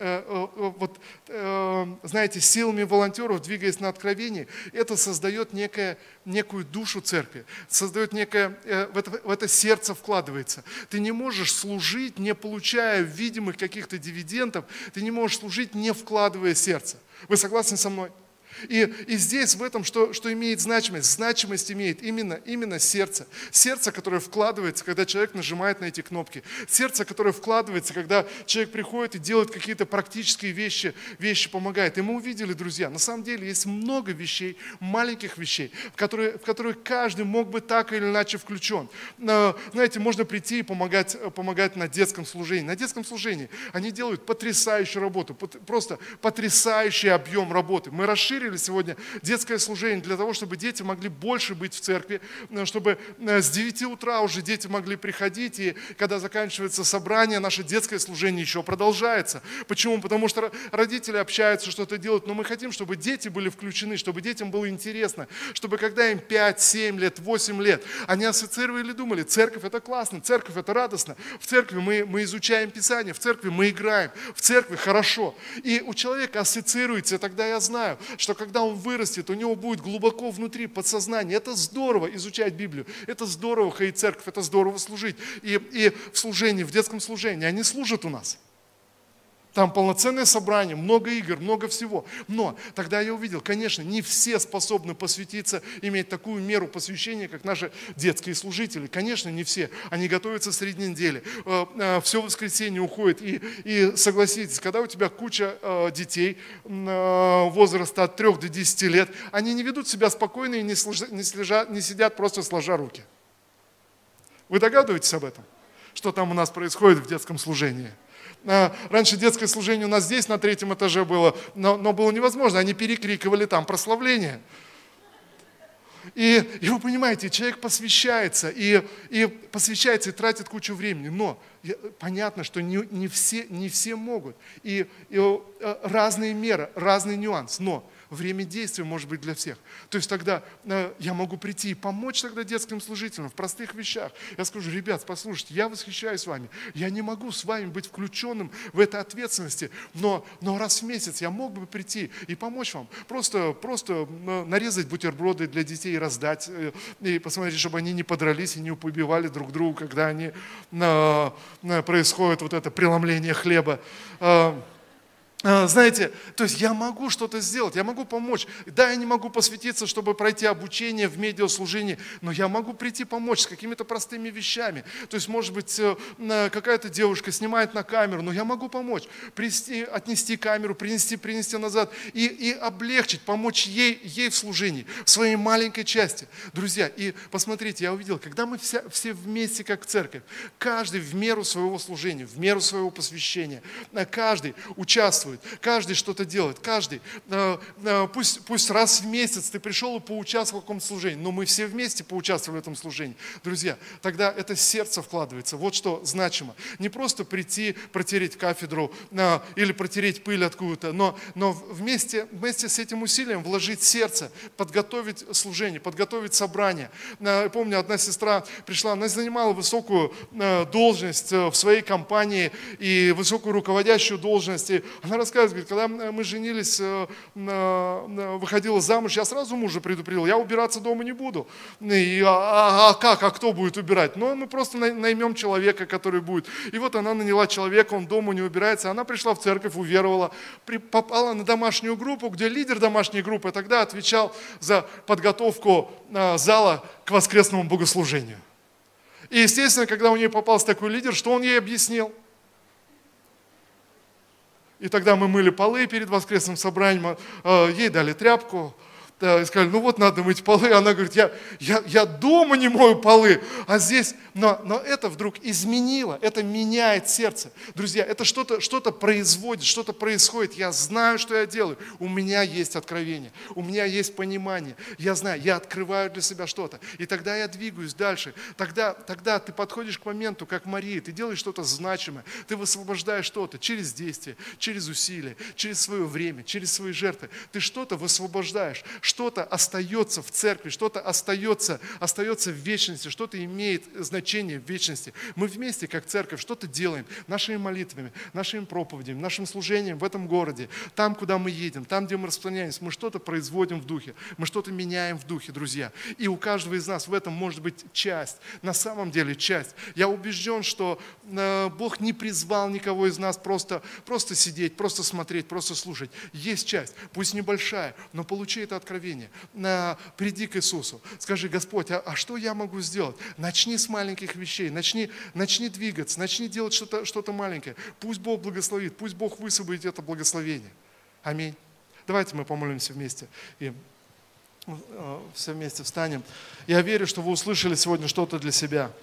знаете, силами волонтеров, двигаясь на откровении, это создает некую душу церкви, создает некое, в это сердце вкладывается. Ты не можешь служить, не получая видимых каких-то дивидендов, ты не можешь служить, не вкладывая сердце. Вы согласны со мной? И здесь в этом, что имеет значимость? Значимость имеет именно сердце. Сердце, которое вкладывается, когда человек нажимает на эти кнопки. Сердце, которое вкладывается, когда человек приходит и делает какие-то практические вещи помогает. И мы увидели, друзья, на самом деле есть много вещей, маленьких вещей, в которые каждый мог бы так или иначе включен. Знаете, можно прийти и помогать на детском служении. На детском служении они делают потрясающую работу, просто потрясающий объем работы. Мы расширили сегодня детское служение для того, чтобы дети могли больше быть в церкви, чтобы с 9 утра уже дети могли приходить, и когда заканчивается собрание, наше детское служение еще продолжается. Почему? Потому что родители общаются, что-то делают, но мы хотим, чтобы дети были включены, чтобы детям было интересно, чтобы когда им 5, 7 лет, 8 лет, они ассоциировали и думали, церковь это классно, церковь это радостно, в церкви мы изучаем Писание, в церкви мы играем, в церкви хорошо. И у человека ассоциируется, тогда я знаю, что когда он вырастет, у него будет глубоко внутри подсознание. Это здорово изучать Библию, это здорово ходить в церковь, это здорово служить. И в служении, в детском служении, они служат у нас. Там полноценное собрание, много игр, много всего. Но тогда я увидел, конечно, не все способны посвятиться, иметь такую меру посвящения, как наши детские служители. Конечно, не все. Они готовятся среди недели. Все воскресенье уходит. И согласитесь, когда у тебя куча детей возраста от 3 до 10 лет, они не ведут себя спокойно и не сидят просто сложа руки. Вы догадываетесь об этом? Что там у нас происходит в детском служении? Раньше детское служение у нас здесь на 3-м этаже было, но было невозможно. Они перекрикивали там прославление. И вы понимаете, человек посвящается, и посвящается, и тратит кучу времени. Но понятно, что не все могут. И разные меры, разный нюанс. Но время действия может быть для всех. То есть тогда я могу прийти и помочь тогда детским служителям в простых вещах. Я скажу: ребят, послушайте, я восхищаюсь вами. Я не могу с вами быть включенным в этой ответственности, но раз в месяц я мог бы прийти и помочь вам. Просто нарезать бутерброды для детей и раздать, и посмотреть, чтобы они не подрались и не побивали друг друга, когда они происходит вот это преломление хлеба. Знаете, то есть я могу что-то сделать, я могу помочь. Да, я не могу посвятиться, чтобы пройти обучение в медиаслужении, но я могу прийти помочь с какими-то простыми вещами. То есть, может быть, какая-то девушка снимает на камеру, но я могу помочь. Отнести камеру, принести назад и облегчить, помочь ей в служении, в своей маленькой части. Друзья, и посмотрите, я увидел, когда мы все вместе, как церковь, каждый в меру своего служения, в меру своего посвящения, каждый участвует, каждый что-то делает, каждый. Пусть раз в месяц ты пришел и поучаствовал в каком-то служении, но мы все вместе поучаствовали в этом служении. Друзья, тогда это сердце вкладывается. Вот что значимо. Не просто прийти, протереть кафедру или протереть пыль откуда-то, но вместе с этим усилием вложить сердце, подготовить служение, подготовить собрание. Я помню, одна сестра пришла, она занимала высокую должность в своей компании и высокую руководящую должность. И она рассказывает, когда мы женились, выходила замуж, я сразу мужа предупредил, я убираться дома не буду. А кто будет убирать? Ну, мы просто наймем человека, который будет. И вот она наняла человека, он дома не убирается. Она пришла в церковь, уверовала, попала на домашнюю группу, где лидер домашней группы тогда отвечал за подготовку зала к воскресному богослужению. И, естественно, когда у нее попался такой лидер, что он ей объяснил? И тогда мы мыли полы перед воскресным собранием, ей дали тряпку, и сказали: ну вот надо мыть полы. Она говорит: я дома не мою полы, а здесь. Но это вдруг изменило, это меняет сердце. Друзья, это что-то производит, что-то происходит. Я знаю, что я делаю. У меня есть откровение, у меня есть понимание. Я знаю, я открываю для себя что-то. И тогда я двигаюсь дальше. Тогда ты подходишь к моменту, как Мария, ты делаешь что-то значимое. Ты высвобождаешь что-то через действие, через усилия, через свое время, через свои жертвы. Ты что-то высвобождаешь. Что-то остается в церкви, что-то остается в вечности, что-то имеет значение в вечности. Мы вместе, как церковь, что-то делаем нашими молитвами, нашими проповедями, нашим служением в этом городе, там, куда мы едем, там, где мы распространяемся, мы что-то производим в духе, мы что-то меняем в духе, друзья. И у каждого из нас в этом может быть часть, на самом деле часть. Я убежден, что Бог не призвал никого из нас просто сидеть, просто смотреть, просто слушать. Есть часть, пусть небольшая, но получи это откровение. Приди к Иисусу, скажи: Господь, а что я могу сделать? Начни с маленьких вещей, начни двигаться, начни делать что-то маленькое. Пусть Бог благословит, пусть Бог высвободит это благословение. Аминь. Давайте мы помолимся вместе и все вместе встанем. Я верю, что вы услышали сегодня что-то для себя.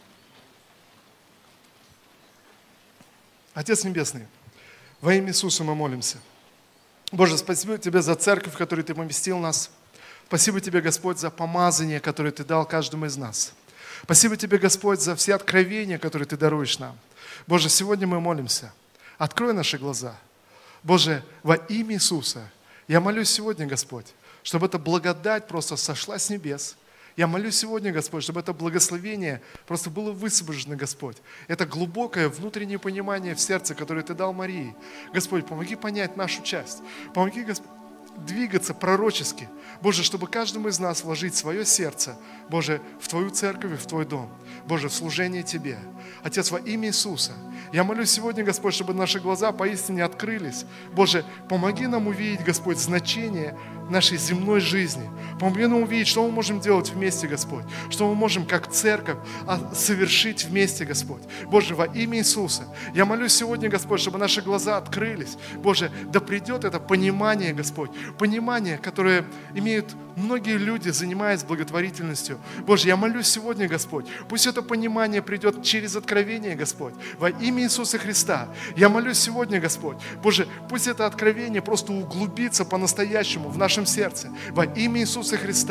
Отец Небесный, во имя Иисуса мы молимся. Боже, спасибо Тебе за церковь, в которой Ты поместил нас. Спасибо Тебе, Господь, за помазание, которое Ты дал каждому из нас. Спасибо Тебе, Господь, за все откровения, которые Ты даруешь нам. Боже, сегодня мы молимся. Открой наши глаза. Боже, во имя Иисуса, я молюсь сегодня, Господь, чтобы эта благодать просто сошла с небес. Я молюсь сегодня, Господь, чтобы это благословение просто было высвобождено, Господь. Это глубокое внутреннее понимание в сердце, которое Ты дал Марии. Господь, помоги понять нашу часть. Помоги, Господь, двигаться пророчески. Боже, чтобы каждому из нас вложить свое сердце, Боже, в Твою церковь и в Твой дом. Bоже, в служение Тебе. Отец, во имя Иисуса, я молюсь сегодня, Господь, чтобы наши глаза поистине открылись. Боже, помоги нам увидеть, Господь, значение нашей земной жизни. Помоги нам увидеть, что мы можем делать вместе, Господь. Что мы можем, как церковь, совершить вместе, Господь. Боже, во имя Иисуса, я молюсь сегодня, Господь, чтобы наши глаза открылись. Боже, да придет это понимание, Господь. Понимание, которое имеют многие люди, занимаясь благотворительностью. Боже, я молюсь сегодня, Господь, пусть это понимание придет через откровение, Господь, во имя Иисуса Христа. Я молюсь сегодня, Господь, Боже, пусть это откровение просто углубится по-настоящему в нашем сердце, во имя Иисуса Христа.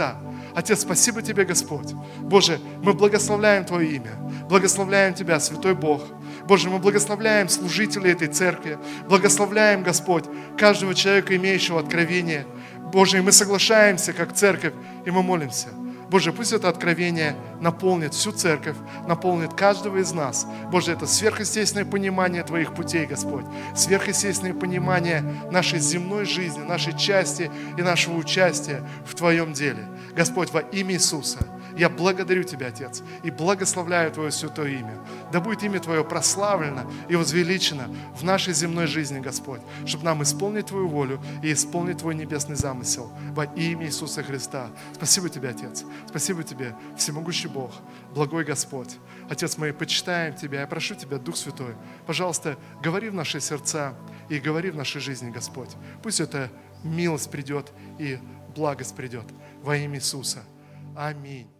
Отец, спасибо Тебе, Господь. Боже, мы благословляем Твое имя, благословляем Тебя, Святой Бог. Боже, мы благословляем служителей этой церкви, благословляем, Господь, каждого человека, имеющего откровение. Боже, и мы соглашаемся, как церковь, и мы молимся. Боже, пусть это откровение наполнит всю церковь, наполнит каждого из нас. Боже, это сверхъестественное понимание Твоих путей, Господь, сверхъестественное понимание нашей земной жизни, нашей части и нашего участия в Твоем деле. Господь, во имя Иисуса, я благодарю Тебя, Отец, и благословляю Твое святое имя. Да будет имя Твое прославлено и возвеличено в нашей земной жизни, Господь, чтобы нам исполнить Твою волю и исполнить Твой небесный замысел во имя Иисуса Христа. Спасибо Тебе, Отец. Спасибо Тебе, всемогущий Бог, благой Господь. Отец, мы почитаем Тебя. Я прошу Тебя, Дух Святой, пожалуйста, говори в наши сердца и говори в нашей жизни, Господь. Пусть эта милость придет и благость придет во имя Иисуса. Аминь.